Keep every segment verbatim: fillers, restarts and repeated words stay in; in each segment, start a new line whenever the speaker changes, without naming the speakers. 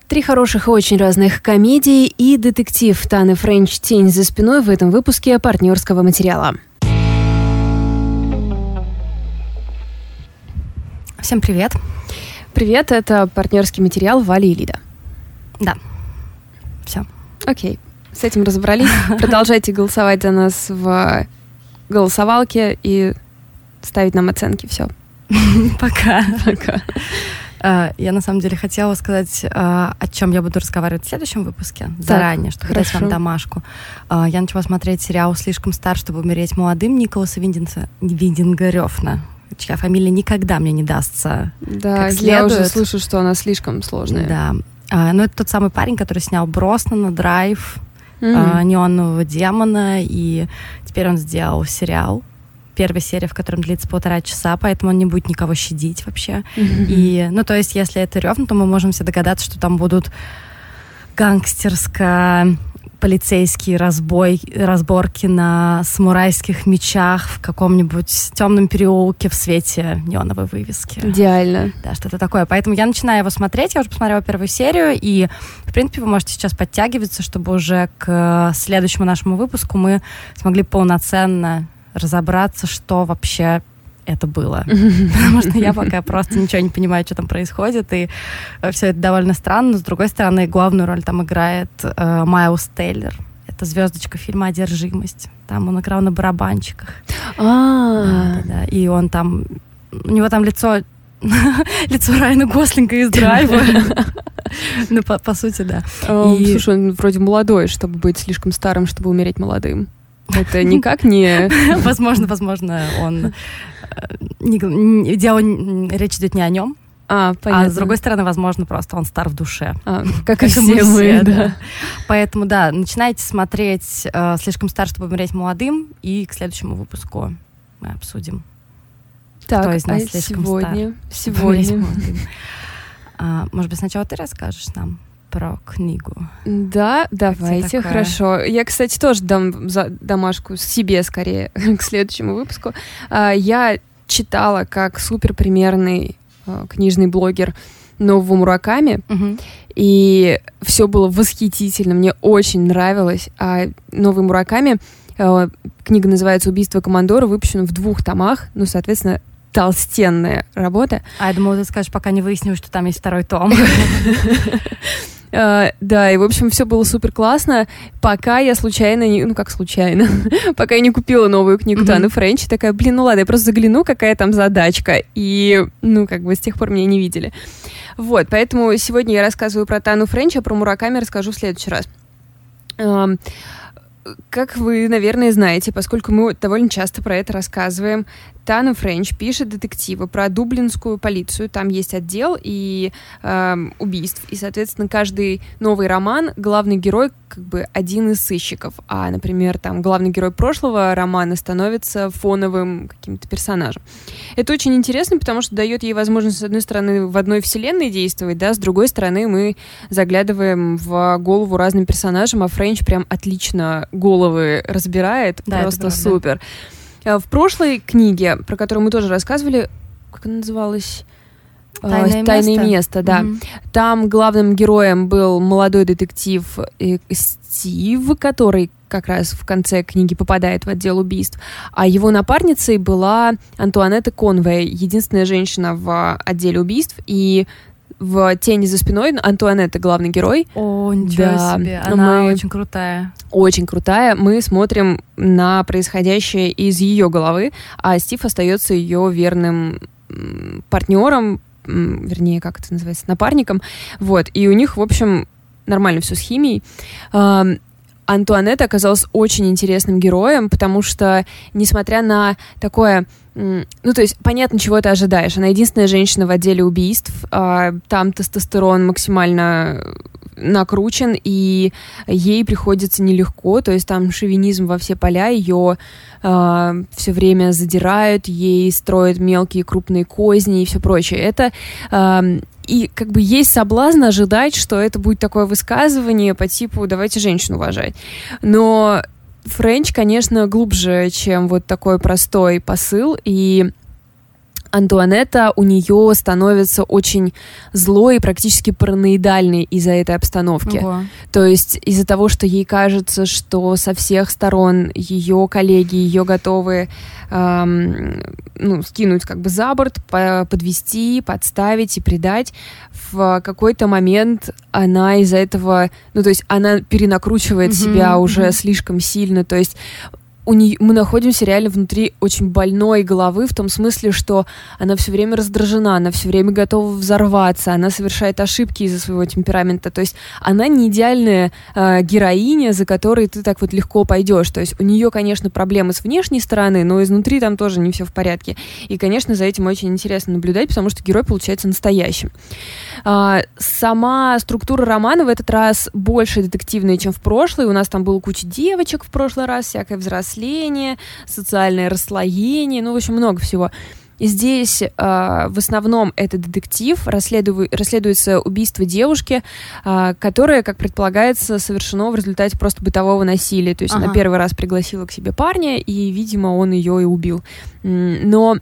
Три хороших и очень разных комедии и детектив Таны Френч «Тень за спиной» в этом выпуске партнерского материала.
Всем привет.
Привет, это партнерский материал Вали и Лида.
Да, все.
Окей, с этим разобрались. Продолжайте голосовать за нас в голосовалке и ставить нам оценки. Все.
Пока.
Пока.
Я на самом деле хотела сказать, о чем я буду разговаривать в следующем выпуске, так, заранее, чтобы хорошо. Дать вам домашку. Я начала смотреть сериал «Слишком стар, чтобы умереть молодым» Николаса Виндинса, Виндинга-Рёфна, чья фамилия никогда мне не дастся.
Да,
как следует.
Я уже слышу, что она слишком сложная.
Да. А, ну, это тот самый парень, который снял «Броснана», «Драйв»,
mm-hmm.
а, «Неонового демона», и теперь он сделал сериал. Первая серия, в котором длится полтора часа, поэтому он не будет никого щадить вообще. Mm-hmm. И, ну, то есть, если это Рёвн, то мы можем все догадаться, что там будут гангстерско полицейские разбой, разборки на самурайских мечах в каком-нибудь темном переулке в свете неоновой вывески.
Идеально.
Да, что-то такое. Поэтому я начинаю его смотреть, я уже посмотрела первую серию, и, в принципе, вы можете сейчас подтягиваться, чтобы уже к следующему нашему выпуску мы смогли полноценно разобраться, что вообще это было. Потому что я пока просто ничего не понимаю, что там происходит, и все это довольно странно. Но, с другой стороны, главную роль там играет э, Майлз Тейлор. Это звездочка фильма «Одержимость». Там он играл на барабанчиках.
А.
Да, и он там... У него там лицо... лицо Райана Гослинга из «Драйва». Ну, по сути, да.
Слушай, он вроде молодой, чтобы быть слишком старым, чтобы умереть молодым. Это никак не...
Возможно, возможно, он... Не, дело, речь идет не о нем.
А, понятно.
А с другой стороны, возможно, просто он стар в душе.
А, как и все мы, да.
да. Поэтому, да, начинайте смотреть э, «Слишком стар, чтобы умереть молодым», и к следующему выпуску мы обсудим,
так,
кто из нас
а
слишком
сегодня,
стар.
Сегодня.
А, может быть, сначала ты расскажешь нам про книгу?
Да, давайте, хорошо. Я, кстати, тоже дам за домашку себе, скорее, к следующему выпуску. Я читала как суперпримерный книжный блогер нового Мураками,
угу.
и все было восхитительно, мне очень нравилось. А новый Мураками, книга называется «Убийство Командора», выпущена в двух томах, ну, соответственно, толстенная работа.
А я думала, ты скажешь, пока не выяснилось, что там есть второй том.
Uh, да, и, в общем, все было супер классно, пока я случайно, не, ну как случайно, пока я не купила новую книгу mm-hmm. Таны Френч, такая, блин, ну ладно, я просто загляну, какая там задачка, и, ну, как бы с тех пор меня не видели. Вот, поэтому сегодня я рассказываю про Тану Френч, а про Мураками расскажу в следующий раз. Uh, как вы, наверное, знаете, поскольку мы довольно часто про это рассказываем, Тана Френч пишет детективы про дублинскую полицию. Там есть отдел и э, убийств. И, соответственно, каждый новый роман главный герой как бы один из сыщиков. А, например, там главный герой прошлого романа становится фоновым каким-то персонажем. Это очень интересно, потому что дает ей возможность, с одной стороны, в одной вселенной действовать, да, с другой стороны, мы заглядываем в голову разным персонажам, а Френч прям отлично головы разбирает. Да, просто супер. В прошлой книге, про которую мы тоже рассказывали, как она называлась?
«Тайное,
«Тайное
место»,
место», да.
Mm-hmm.
Там главным героем был молодой детектив Стив, который как раз в конце книги попадает в отдел убийств. А его напарницей была Антуанетта Конвей, единственная женщина в отделе убийств. И в «Тени за спиной» Антуанетта главный герой.
О, ничего да. себе, она мы... очень крутая.
Очень крутая. Мы смотрим на происходящее из ее головы, а Стив остается ее верным партнером, вернее, как это называется, напарником. Вот. И у них, в общем, нормально все с химией. Антуанетта оказалась очень интересным героем, потому что, несмотря на такое... Ну, то есть, понятно, чего ты ожидаешь. Она единственная женщина в отделе убийств. Там тестостерон максимально накручен, и ей приходится нелегко. То есть, там шовинизм во все поля. Ее э, все время задирают, ей строят мелкие крупные козни и все прочее. Это... Э, И как бы есть соблазн ожидать, что это будет такое высказывание по типу «давайте женщину уважать». Но Френч, конечно, глубже, чем вот такой простой посыл. И Антуанетта у нее становится очень злой и практически параноидальной из-за этой обстановки.
Ого.
То есть из-за того, что ей кажется, что со всех сторон ее коллеги ее готовы эм, ну, скинуть как бы за борт, по- подвести, подставить и предать, в какой-то момент она из-за этого, ну то есть она перенакручивает
Mm-hmm.
себя уже
Mm-hmm.
слишком сильно, то есть У нее, мы находимся реально внутри очень больной головы, в том смысле, что она все время раздражена, она все время готова взорваться, она совершает ошибки из-за своего темперамента. То есть она не идеальная э, героиня, за которой ты так вот легко пойдешь. То есть у нее, конечно, проблемы с внешней стороны, но изнутри там тоже не все в порядке. И, конечно, за этим очень интересно наблюдать, потому что герой получается настоящим. Э, сама структура романа в этот раз больше детективная, чем в прошлый. У нас там было куча девочек в прошлый раз, всякое взросление, социальное расслоение, ну, в общем, много всего. И здесь э, в основном это детектив, расследуй, расследуется убийство девушки, э, которое, как предполагается, совершено в результате просто бытового насилия. То есть ага. она первый раз пригласила к себе парня, и, видимо, он ее и убил. Но...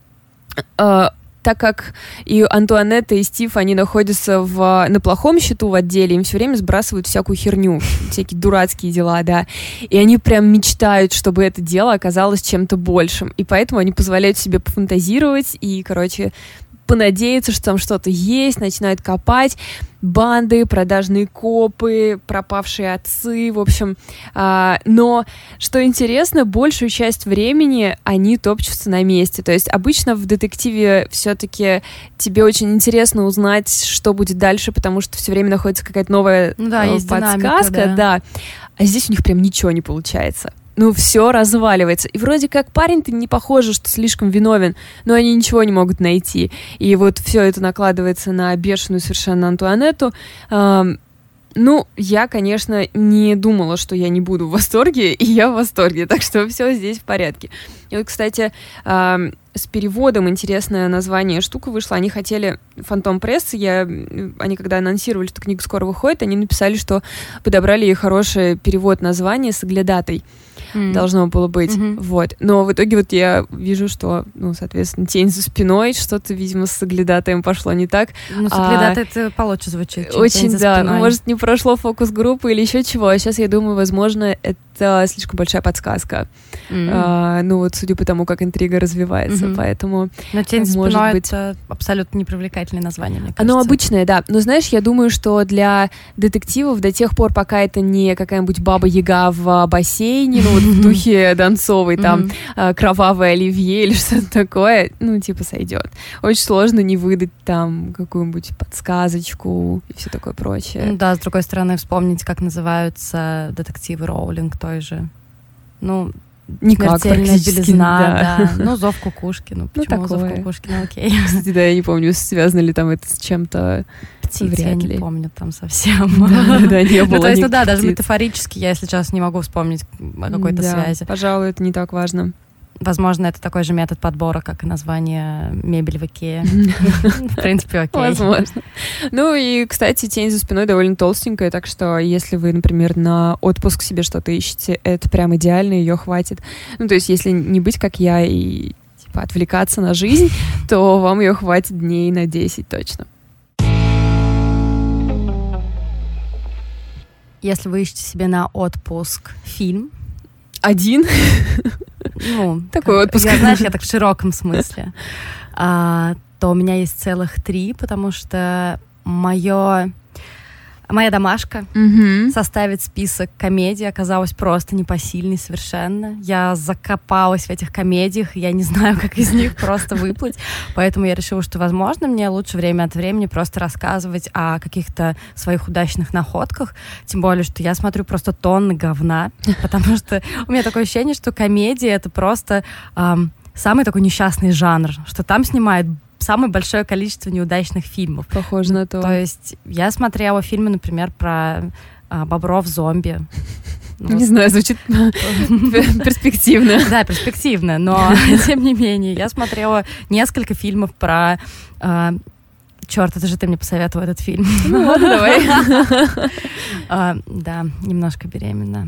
Э, так как и Антуанетта, и Стив, они находятся в, на плохом счету в отделе, им все время сбрасывают всякую херню, всякие дурацкие дела, да. И они прям мечтают, чтобы это дело оказалось чем-то большим. И поэтому они позволяют себе пофантазировать и, короче, понадеяться, что там что-то есть, начинают копать. Банды, продажные копы, пропавшие отцы, в общем. А, но, что интересно, большую часть времени они топчутся на месте. То есть обычно в детективе все-таки тебе очень интересно узнать, что будет дальше, потому что все время находится какая-то новая
ну да,
э,
есть
подсказка.
динамика, да.
да. А здесь у них прям ничего не получается. Ну, все разваливается. И вроде как парень-то не похоже, что слишком виновен, но они ничего не могут найти. И вот все это накладывается на бешеную совершенно Антуанетту. Эм, ну, я, конечно, не думала, что я не буду в восторге, и я в восторге, так что все здесь в порядке. И вот, кстати, эм, с переводом интересное название штука вышла. Они хотели, Фантом Пресс, я, они когда анонсировали, что книга скоро выходит, они написали, что подобрали ей хороший перевод названия «Соглядатай». Mm. Должно было быть. Mm-hmm. Вот. Но в итоге вот я вижу, что, ну, соответственно, «Тень за спиной», что-то, видимо, с соглядатаем пошло не так.
Ну, соглядатай а, это получше звучит, чем
очень,
«Тень за
да.
спиной».
Может, не прошло фокус-группы или еще чего. А сейчас, я думаю, возможно, это слишком большая подсказка. Mm-hmm. А, ну, вот судя по тому, как интрига развивается. Mm-hmm. Поэтому,
но «Тень за
может
спиной»
быть...
это абсолютно непривлекательное название, мне кажется.
Оно обычное, да. Но, знаешь, я думаю, что для детективов до тех пор, пока это не какая-нибудь Баба-Яга в бассейне, ну, вот в духе Донцовой, там, mm-hmm. кровавое оливье или что-то такое, ну, типа, сойдет. Очень сложно не выдать там какую-нибудь подсказочку и все такое прочее.
Ну, да, с другой стороны, вспомнить, как называются детективы Роулинг той же. Ну,
никак,
«Смертельная белизна»,
да.
да. Ну, «Зов кукушки», ну, почему
ну,
«Зов кукушки», ну, окей.
Кстати, да, я не помню, связано ли там это с чем-то.
Птиц,
вряд
я
ли.
не помню там совсем.
Да, да, не было.
Ну, то есть, ну да, даже
птиц.
Метафорически я, если честно, не могу вспомнить о какой-то
да,
связи.
Пожалуй, это не так важно.
Возможно, это такой же метод подбора, как и название мебели в Икее. В принципе, окей.
Возможно. Ну и, кстати, «Тень за спиной» довольно толстенькая, так что если вы, например, на отпуск себе что-то ищете, это прям идеально, ее хватит. Ну, то есть если не быть как я и типа отвлекаться на жизнь, то вам ее хватит дней на десять точно.
Если вы ищете себе на отпуск фильм...
Один?
Ну,
такой
так,
отпуск.
Я, знаешь, я так в широком смысле. А, то у меня есть целых три, потому что мое... Моя домашка
mm-hmm.
составить список комедий оказалась просто непосильной совершенно. Я закопалась в этих комедиях, я не знаю, как из них просто выплыть. Поэтому я решила, что, возможно, мне лучше время от времени просто рассказывать о каких-то своих удачных находках. Тем более, что я смотрю просто тонны говна, потому что у меня такое ощущение, что комедия — это просто эм, самый такой несчастный жанр, что там снимают самое большое количество неудачных фильмов.
Похоже на то.
То есть я смотрела фильмы, например, про а, бобров-зомби.
Ну, не знаю, звучит перспективно.
Да, перспективно, но тем не менее. Я смотрела несколько фильмов про... Черт, это же ты мне посоветовал этот фильм.
Ну ладно, давай.
Да, немножко беременна.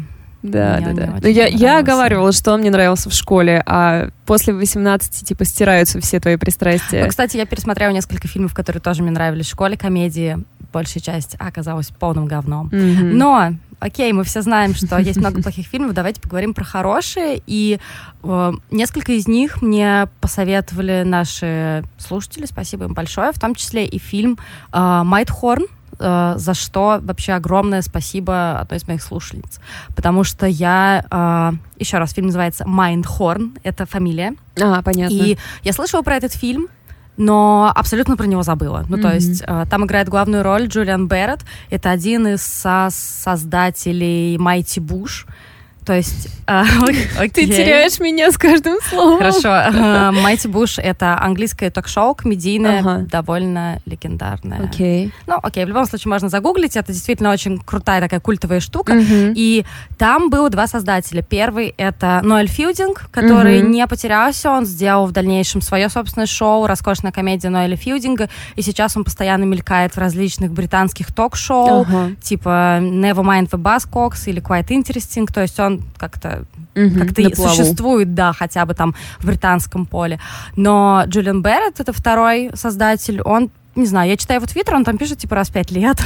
Да, да, да. Но я, я оговаривала, что он мне нравился в школе, а после восемнадцати, типа, стираются все твои пристрастия.
Ну, кстати, я пересмотрела несколько фильмов, которые тоже мне нравились в школе, комедии. Большая часть оказалась полным говном. Mm-hmm. Но, окей, мы все знаем, что есть много плохих фильмов, давайте поговорим про хорошие. И э, несколько из них мне посоветовали наши слушатели, спасибо им большое, в том числе и фильм э, «Майндхорн», э, за что вообще огромное спасибо одной из моих слушательниц. Потому что я... Э, еще раз, фильм называется «Майндхорн», это фамилия.
А, понятно.
И я слышала про этот фильм, но абсолютно про него забыла. Ну, mm-hmm. то есть э, там играет главную роль Джулиан Берретт. Это один из со- создателей Mighty Bush. То есть... Э,
okay. Ты теряешь меня с каждым словом.
Хорошо. Э, Mighty Bush — это английское ток-шоу, комедийное, ага. довольно легендарное.
Окей. Okay.
Ну, окей, okay, в любом случае можно загуглить. Это действительно очень крутая такая культовая штука.
Mm-hmm.
И там было два создателя. Первый — это Ноэль Филдинг, который mm-hmm. не потерялся. Он сделал в дальнейшем свое собственное шоу, роскошная комедия Ноэля Филдинга. И сейчас он постоянно мелькает в различных британских ток-шоу, uh-huh. типа Nevermind the Buzzcocks или Quite Interesting. То есть он как-то, mm-hmm, как-то и существует, да, хотя бы там в британском поле. Но Джулиан Берретт, это второй создатель, он, не знаю, я читаю его твиттер, он там пишет, типа, раз в пять лет.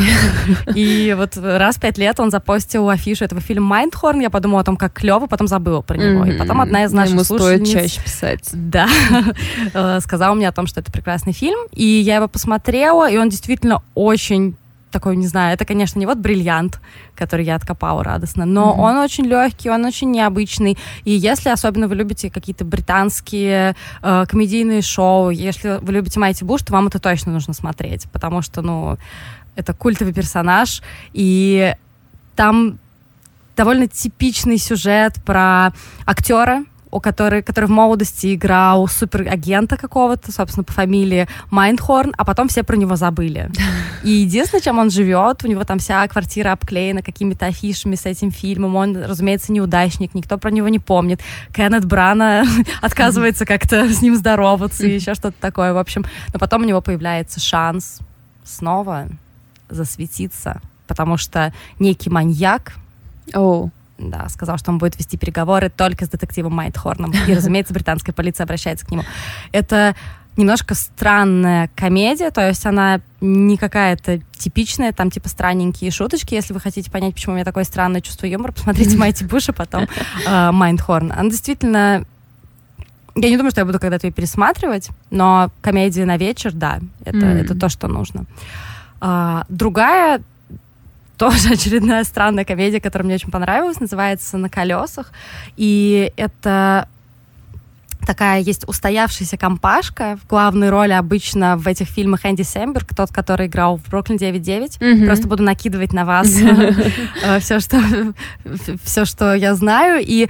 И вот раз в пять лет он запостил афишу этого фильма «Майндхорн». Я подумала о том, как клево, потом забыла про него. И потом одна из наших слушательниц...
Ему стоит чаще писать.
Да. Сказала мне о том, что это прекрасный фильм. И я его посмотрела, и он действительно очень... такой, не знаю, это, конечно, не вот бриллиант, который я откопала радостно, но mm-hmm. он очень легкий, он очень необычный. И если особенно вы любите какие-то британские э, комедийные шоу, если вы любите Mighty Bush, то вам это точно нужно смотреть, потому что, ну, это культовый персонаж, и там довольно типичный сюжет про актера, у который, который в молодости играл суперагента какого-то, собственно, по фамилии Майндхорн, а потом все про него забыли. И единственное, чем он живет, у него там вся квартира обклеена какими-то афишами с этим фильмом, он, разумеется, неудачник, никто про него не помнит. Кеннет Брана отказывается как-то с ним здороваться и еще что-то такое, в общем. Но потом у него появляется шанс снова засветиться, потому что некий маньяк
oh.
Да, сказал, что он будет вести переговоры только с детективом Майндхорном. И, разумеется, британская полиция обращается к нему. Это немножко странная комедия, то есть она не какая-то типичная, там типа странненькие шуточки. Если вы хотите понять, почему у меня такое странное чувство юмора, посмотрите Mighty Bush, а потом Майндхорн. Она действительно... Я не думаю, что я буду когда-то ее пересматривать, но комедия на вечер, да, это, mm. это то, что нужно. А, другая... Тоже очередная странная комедия, которая мне очень понравилась, называется «На колесах». И это такая есть устоявшаяся компашка. В главной роли обычно в этих фильмах Энди Сэмберг, тот, который играл в «Бруклин девять девять». Mm-hmm. Просто буду накидывать на вас все, что, все, что я знаю. И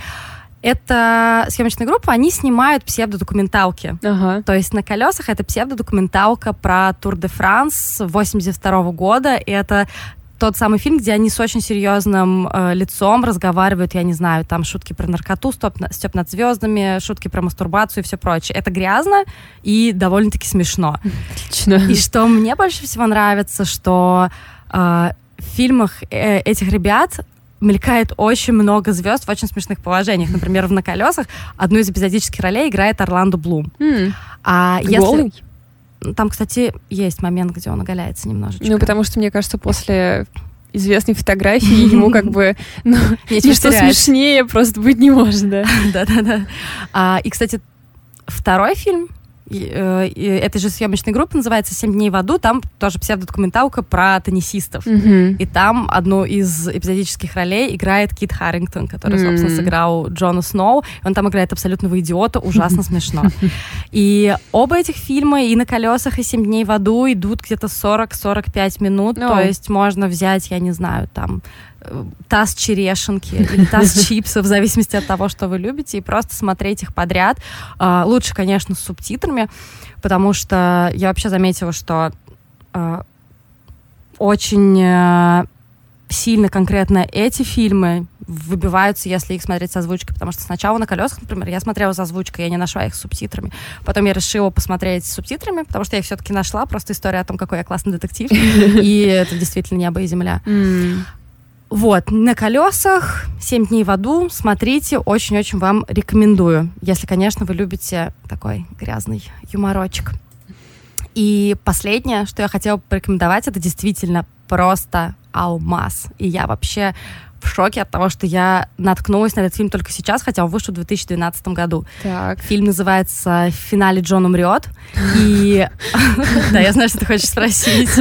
эта съемочная группа, они снимают псевдодокументалки. Uh-huh. То есть «На колесах» — это псевдодокументалка про Тур де Франс восемьдесят второго года. И это тот самый фильм, где они с очень серьезным э, лицом разговаривают, я не знаю, там шутки про наркоту, стоп, стёб над звездами, шутки про мастурбацию и все прочее. Это грязно и довольно-таки смешно.
Отлично.
И что мне больше всего нравится, что э, в фильмах э, этих ребят мелькает очень много звезд в очень смешных положениях. Например, в «На колесах» одну из эпизодических ролей играет Орландо Блум.
Mm.
А
Голый?
Если... Там, кстати, есть момент, где он оголяется немножечко.
Ну, потому что, мне кажется, после известной фотографии ему как бы ну, ничто смешнее просто быть не может, да.
Да-да-да. И, кстати, второй фильм этой же съемочной группы называется «Семь дней в аду». Там тоже псевдодокументалка про теннисистов. Mm-hmm. И там одну из эпизодических ролей играет Кит Харингтон, который, mm-hmm. собственно, сыграл Джона Сноу. Он там играет абсолютного идиота, ужасно смешно. И оба этих фильма, и «На колесах», и «Семь дней в аду» идут где-то сорок-сорок пять минут. Oh. То есть можно взять, я не знаю, там таз черешенки или таз чипсов, в зависимости от того, что вы любите, и просто смотреть их подряд. Uh, лучше, конечно, с субтитрами, потому что я вообще заметила, что uh, очень uh, сильно конкретно эти фильмы выбиваются, если их смотреть с озвучкой, потому что сначала «На колесах», например, я смотрела с озвучкой, я не нашла их с субтитрами. Потом я решила посмотреть с субтитрами, потому что я их все-таки нашла, просто история о том, какой я классный детектив, и это действительно небо и земля. Вот, «На колесах», «Семь дней в аду». Смотрите, очень-очень вам рекомендую. Если, конечно, вы любите такой грязный юморочек. И последнее, что я хотела порекомендовать, это действительно просто алмаз. И я вообще в шоке от того, что я наткнулась на этот фильм только сейчас, хотя он вышел в две тысячи двенадцатом году.
Так.
Фильм называется «В финале Джон умрет». И... Да, я знаю, что ты хочешь спросить.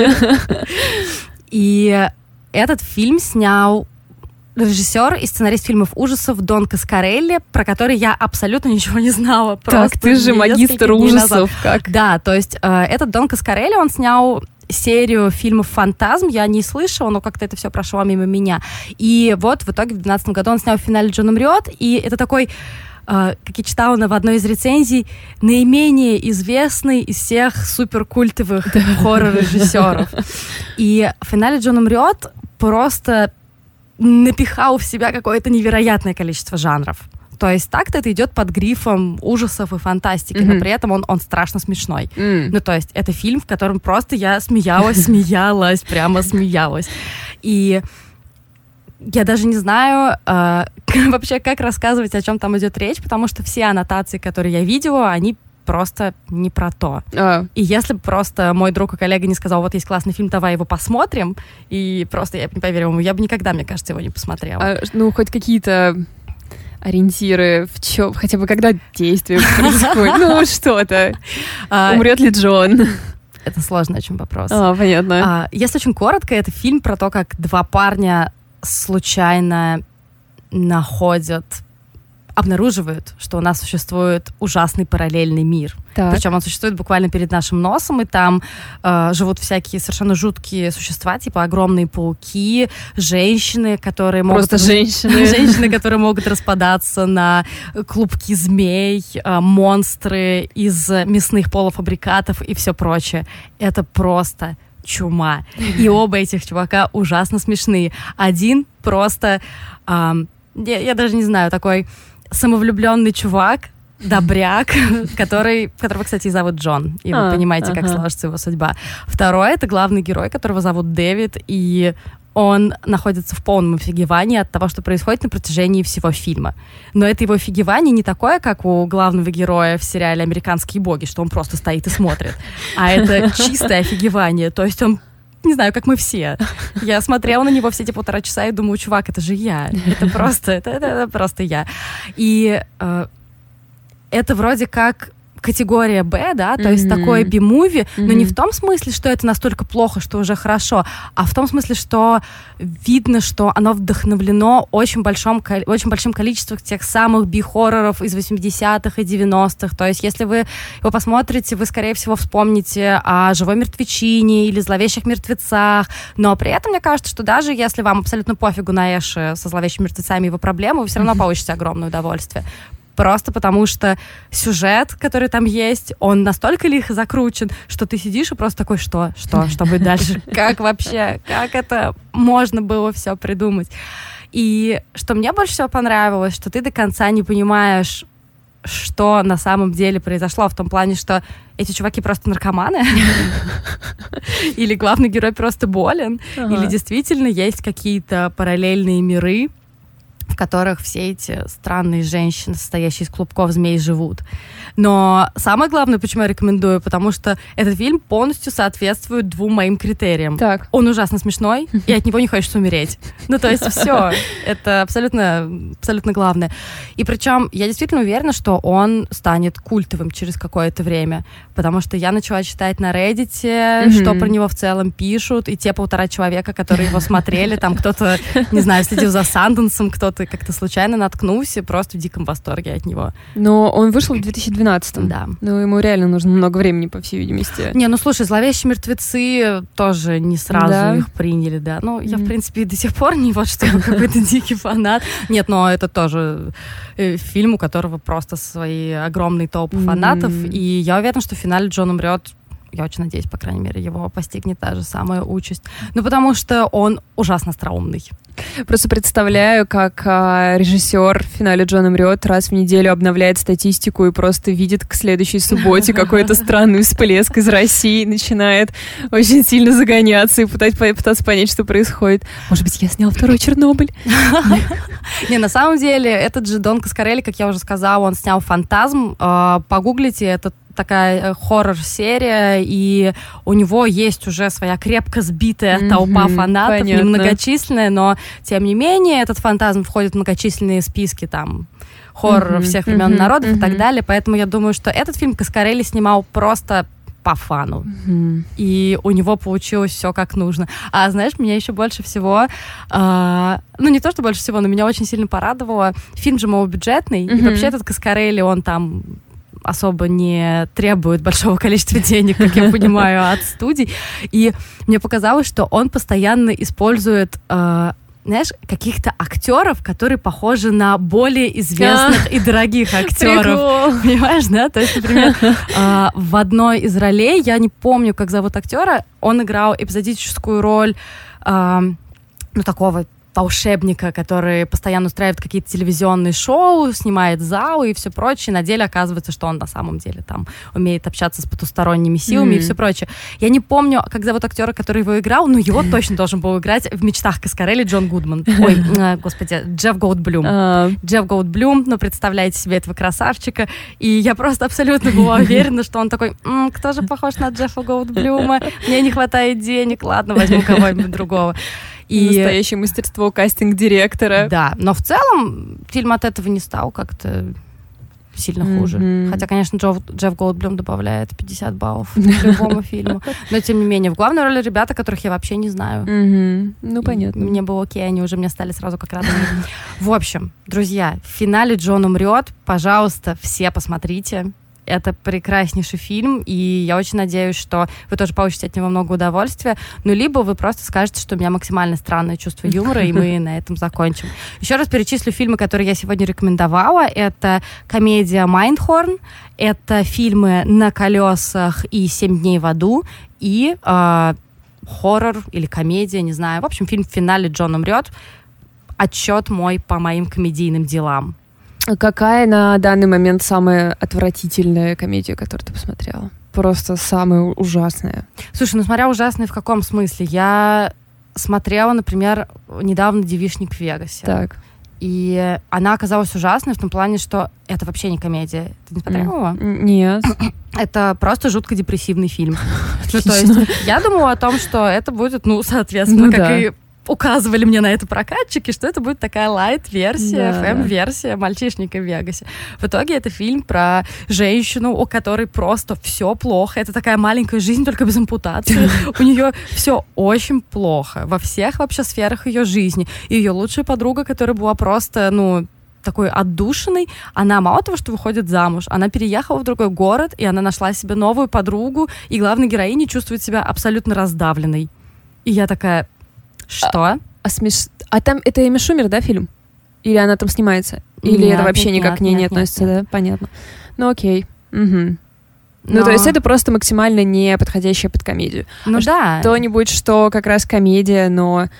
И этот фильм снял режиссер и сценарист фильмов ужасов Дон Коскарелли, про который я абсолютно ничего не знала.
Так, ты же магистр ужасов. Как?
Да, то есть э, этот Дон Коскарелли, он снял серию фильмов «Фантазм», я не слышала, но как-то это все прошло мимо меня. И вот в итоге в две тысячи двенадцатом году он снял «В финале Джон умрет», и это такой... Uh, как я читала в одной из рецензий, наименее известный из всех суперкультовых хоррор-режиссеров. И в финале Джон умрет просто напихал в себя какое-то невероятное количество жанров. То есть так-то это идет под грифом ужасов и фантастики, mm-hmm. но при этом он, он страшно смешной. Mm. Ну, то есть это фильм, в котором просто я смеялась, смеялась, прямо смеялась. И я даже не знаю э, вообще, как рассказывать, о чем там идет речь, потому что все аннотации, которые я видела, они просто не про то. А. И если бы просто мой друг и коллега не сказал, вот есть классный фильм, давай его посмотрим, и просто я бы не поверила ему, я бы никогда, мне кажется, его не посмотрела.
А, ну, хоть какие-то ориентиры в чем, хотя бы когда действие происходит, ну, что-то. Умрет ли Джон?
Это сложный очень вопрос.
А, понятно.
Если очень коротко, это фильм про то, как два парня случайно находят, обнаруживают, что у нас существует ужасный параллельный мир. Так. Причем он существует буквально перед нашим носом, и там э, живут всякие совершенно жуткие существа, типа огромные пауки, женщины, которые могут...
Просто женщины.
Женщины, которые могут распадаться на клубки змей, э, монстры из мясных полуфабрикатов и все прочее. Это просто... чума. И оба этих чувака ужасно смешные. Один просто, эм, я, я даже не знаю, такой самовлюбленный чувак, добряк, который, которого, кстати, зовут Джон. И вы понимаете, как сложится его судьба. Второй — это главный герой, которого зовут Дэвид, и он находится в полном офигевании от того, что происходит на протяжении всего фильма. Но это его офигевание не такое, как у главного героя в сериале «Американские боги», что он просто стоит и смотрит. А это чистое офигевание. То есть он, не знаю, как мы все. Я смотрела на него все эти полтора часа и думаю, чувак, это же я. Это просто, это, это, это просто я. И э, это вроде как... категория Б, да, то mm-hmm. есть такое би-муви, mm-hmm. но не в том смысле, что это настолько плохо, что уже хорошо, а в том смысле, что видно, что оно вдохновлено очень, большом, очень большим количеством тех самых би-хорроров из восьмидесятых и девяностых. То есть если вы его посмотрите, вы, скорее всего, вспомните о «Живой мертвечине» или «Зловещих мертвецах», но при этом, мне кажется, что даже если вам абсолютно пофигу на Эши со «Зловещими мертвецами» и его проблемы, вы все равно получите огромное удовольствие. Просто потому что сюжет, который там есть, он настолько лихо закручен, что ты сидишь и просто такой, что, что, что будет дальше? Как вообще, как это можно было все придумать? И что мне больше всего понравилось, что ты до конца не понимаешь, что на самом деле произошло, в том плане, что эти чуваки просто наркоманы, или главный герой просто болен, или действительно есть какие-то параллельные миры, в которых все эти странные женщины, состоящие из клубков змей, живут. Но самое главное, почему я рекомендую, потому что этот фильм полностью соответствует двум моим критериям.
Так.
Он ужасно смешной, и от него не хочется умереть. Ну, то есть все. Это абсолютно, абсолютно главное. И причем я действительно уверена, что он станет культовым через какое-то время, потому что я начала читать на Reddit, mm-hmm. что про него в целом пишут, и те полтора человека, которые его смотрели, там кто-то, не знаю, следил за Санденсом, кто-то как-то случайно наткнулся, просто в диком восторге от него.
Но он вышел в две тысячи двенадцатом.
Да.
Ну, ему реально нужно много времени, по всей видимости.
Не, ну слушай, «Зловещие мертвецы» тоже не сразу да. их приняли, да. Ну, я, mm. в принципе, до сих пор не вот что какой-то дикий фанат. Нет, но это тоже э, фильм, у которого просто свои огромные толпы фанатов. Mm. И я уверена, что в финале Джон умрет. Я очень надеюсь, по крайней мере, его постигнет та же самая участь. Ну, потому что он ужасно остроумный.
Просто представляю, как а, режиссер в финале «Джон умрет» раз в неделю обновляет статистику и просто видит к следующей субботе какой-то странный всплеск из России, начинает очень сильно загоняться и пытаться понять, что происходит. Может быть, я снял второй «Чернобыль»?
Не, на самом деле, этот же Дон Коскарелли, как я уже сказала, он снял «Фантазм». Погуглите, это такая хоррор-серия, и у него есть уже своя крепко сбитая mm-hmm, толпа фанатов, понятно. Немногочисленная, но, тем не менее, этот «Фантазм» входит в многочисленные списки там хорроров mm-hmm, всех времен mm-hmm, народов mm-hmm. и так далее, поэтому я думаю, что этот фильм Коскарелли снимал просто по фану. Mm-hmm. И у него получилось все как нужно. А знаешь, меня еще больше всего, э, ну не то, что больше всего, но меня очень сильно порадовало. Фильм же малобюджетный, mm-hmm. и вообще этот Коскарелли, он там особо не требует большого количества денег, как я понимаю, от студий. И мне показалось, что он постоянно использует... Э, знаешь, каких-то актеров, которые похожи на более известных а, и дорогих актеров. Прикол. Понимаешь, да? То есть, например, э, в одной из ролей, я не помню, как зовут актера, он играл эпизодическую роль, э, ну, такого волшебника, который постоянно устраивает какие-то телевизионные шоу, снимает залы и все прочее. На деле оказывается, что он на самом деле там умеет общаться с потусторонними силами mm-hmm. и все прочее. Я не помню, как зовут актера, который его играл, но его точно должен был играть в «Мечтах Коскарелли» Джон Гудман. Ой, э, господи, Джефф Голдблюм. Uh. Джефф Голдблюм, ну, представляете себе этого красавчика. И я просто абсолютно была уверена, что он такой, м-м, кто же похож на Джеффа Голдблюма? Мне не хватает денег, ладно, возьму кого-нибудь другого.
И... Настоящее мастерство кастинг-директора.
Да, но в целом фильм от этого не стал как-то сильно mm-hmm. хуже. Хотя, конечно, Джо, Джефф Голдблюм добавляет пятьдесят баллов к любому фильму. Но, тем не менее, в главной роли ребята, которых я вообще не знаю.
Mm-hmm. Ну, понятно.
Мне было окей, они уже мне стали сразу как родные. В общем, друзья, в финале «Джон умрет». Пожалуйста, все посмотрите. Это прекраснейший фильм, и я очень надеюсь, что вы тоже получите от него много удовольствия. Ну, либо вы просто скажете, что у меня максимально странное чувство юмора, и мы на этом закончим. Еще раз перечислю фильмы, которые я сегодня рекомендовала. Это комедия «Майндхорн», это фильмы «На колесах» и «Семь дней в аду», и э, хоррор или комедия, не знаю. В общем, фильм «В финале Джон умрет». Отчет мой по моим комедийным делам.
Какая на данный момент самая отвратительная комедия, которую ты посмотрела? Просто самая ужасная.
Слушай, ну смотря ужасная в каком смысле? Я смотрела, например, недавно «Девичник в Вегасе».
Так.
И она оказалась ужасной в том плане, что это вообще не комедия. Ты не смотрела?
Нет.
Это просто жутко депрессивный фильм. Ну, то есть я думала о том, что это будет, ну, соответственно, ну, как да. и... указывали мне на это прокатчики, что это будет такая лайт-версия, да. эф эм-версия «Мальчишника в Вегасе». В итоге это фильм про женщину, у которой просто все плохо. Это такая маленькая жизнь, только без ампутации. У нее все очень плохо во всех вообще сферах ее жизни. И ее лучшая подруга, которая была просто, ну, такой отдушиной, она мало того, что выходит замуж, она переехала в другой город, и она нашла себе новую подругу, и главная героиня чувствует себя абсолютно раздавленной. И я такая... Что?
А, а, смеш... а там это Эми Шумер, да, фильм? Или она там снимается? Или нет, это вообще нет, никак нет, к ней нет, не относится, нет, нет. да? Понятно. Ну окей. Угу. Но... Ну, то есть это просто максимально не подходящее под комедию.
Ну,
а
да.
Что-нибудь, что как раз комедия, но...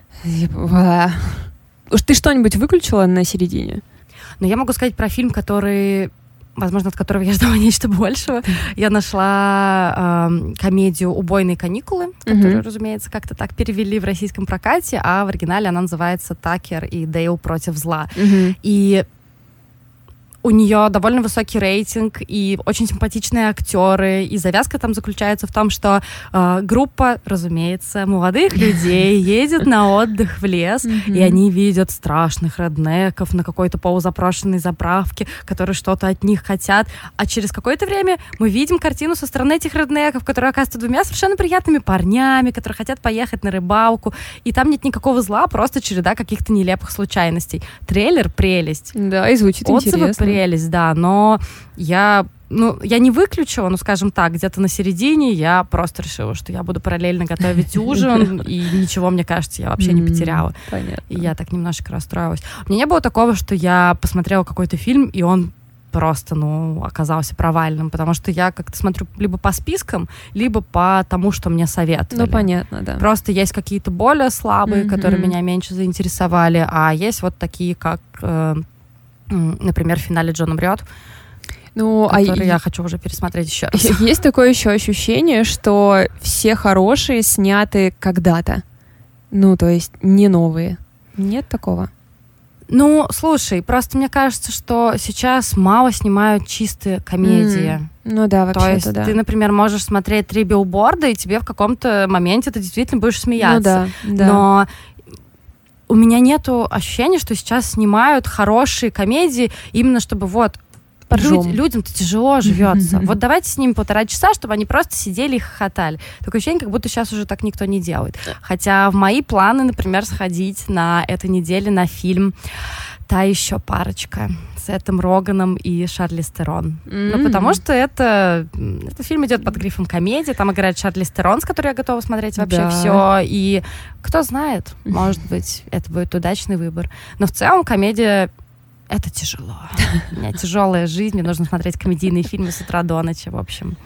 Ты что-нибудь выключила на середине?
Ну, я могу сказать про фильм, который... возможно, от которого я ждала нечто большего. Я нашла э, комедию «Убойные каникулы», которую, mm-hmm. разумеется, как-то так перевели в российском прокате, а в оригинале она называется «Такер и Дейл против зла». Mm-hmm. И у нее довольно высокий рейтинг и очень симпатичные актеры. И завязка там заключается в том, что э, группа, разумеется, молодых людей едет на отдых в лес, mm-hmm. и они видят страшных реднеков на какой-то полузапрошенной заправке, которые что-то от них хотят. А через какое-то время мы видим картину со стороны этих реднеков, которые оказываются двумя совершенно приятными парнями, которые хотят поехать на рыбалку. И там нет никакого зла, просто череда каких-то нелепых случайностей. Трейлер — прелесть.
Да, и звучит
Отзывы
интересно.
Прелесть, да, но я, ну, я не выключила, ну, скажем так, где-то на середине я просто решила, что я буду параллельно готовить ужин, и ничего, мне кажется, я вообще не потеряла.
Понятно.
И я так немножко расстроилась. У меня не было такого, что я посмотрела какой-то фильм, и он просто, ну, оказался провальным, потому что я как-то смотрю либо по спискам, либо по тому, что мне советовали.
Ну, понятно, да.
Просто есть какие-то более слабые, mm-hmm. которые меня меньше заинтересовали, а есть вот такие, как, э, например, в финале Джон умрет,
ну,
который
а
я хочу уже пересмотреть еще раз.
Есть такое еще ощущение, что все хорошие сняты когда-то. Ну, то есть не новые. Нет такого?
Ну, слушай, просто мне кажется, что сейчас мало снимают чистые комедии.
Mm. Ну да, вообще-то,
То есть
да.
ты, например, можешь смотреть «Три билборда», и тебе в каком-то моменте ты действительно будешь смеяться.
Ну да, да.
Но у меня нету ощущения, что сейчас снимают хорошие комедии, именно чтобы вот Люд, людям-то тяжело живется. Вот давайте с ними полтора часа, чтобы они просто сидели и хохотали. Такое ощущение, как будто сейчас уже так никто не делает. Хотя в мои планы, например, сходить на этой неделе на фильм «Та еще парочка» с Сетом Роганом и Шарлиз Терон. Mm-hmm. Ну, потому что это, это фильм идет под грифом комедия, там играет Шарлиз Терон, с которой я готова смотреть вообще
да.
все. И кто знает, может быть, это будет удачный выбор. Но в целом комедия — это тяжело. У меня тяжелая жизнь, мне нужно смотреть комедийные фильмы с утра до ночи, в общем.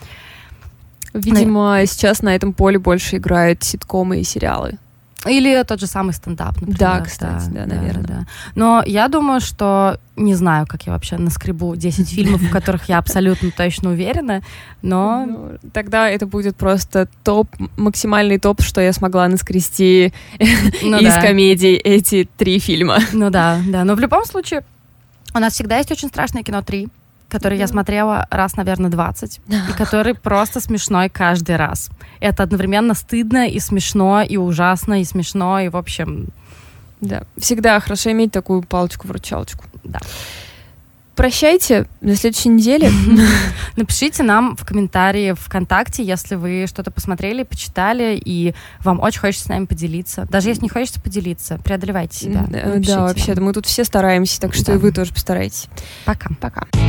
Видимо, Но... сейчас на этом поле больше играют ситкомы и сериалы.
Или тот же самый стендап, например.
Да, кстати, да, да, наверное.
Да, да. Но я думаю, что не знаю, как я вообще наскребу десять фильмов, в которых я абсолютно точно уверена, но...
Ну, тогда это будет просто топ, максимальный топ, что я смогла наскрести ну, из да. комедий эти три фильма.
Ну да, да. Но в любом случае у нас всегда есть «Очень страшное кино три», который mm-hmm. я смотрела раз, наверное, двадцать, и который просто смешной каждый раз. Это одновременно стыдно и смешно, и ужасно, и смешно, и, в общем...
Да, всегда хорошо иметь такую палочку-выручалочку.
Да.
Прощайте, до следующей недели.
Напишите нам в комментарии ВКонтакте, если вы что-то посмотрели, почитали, и вам очень хочется с нами поделиться. Даже если не хочется поделиться, преодолевайте себя.
Да, да, вообще-то мы тут все стараемся, так что да. и вы тоже постарайтесь.
Пока.
Пока.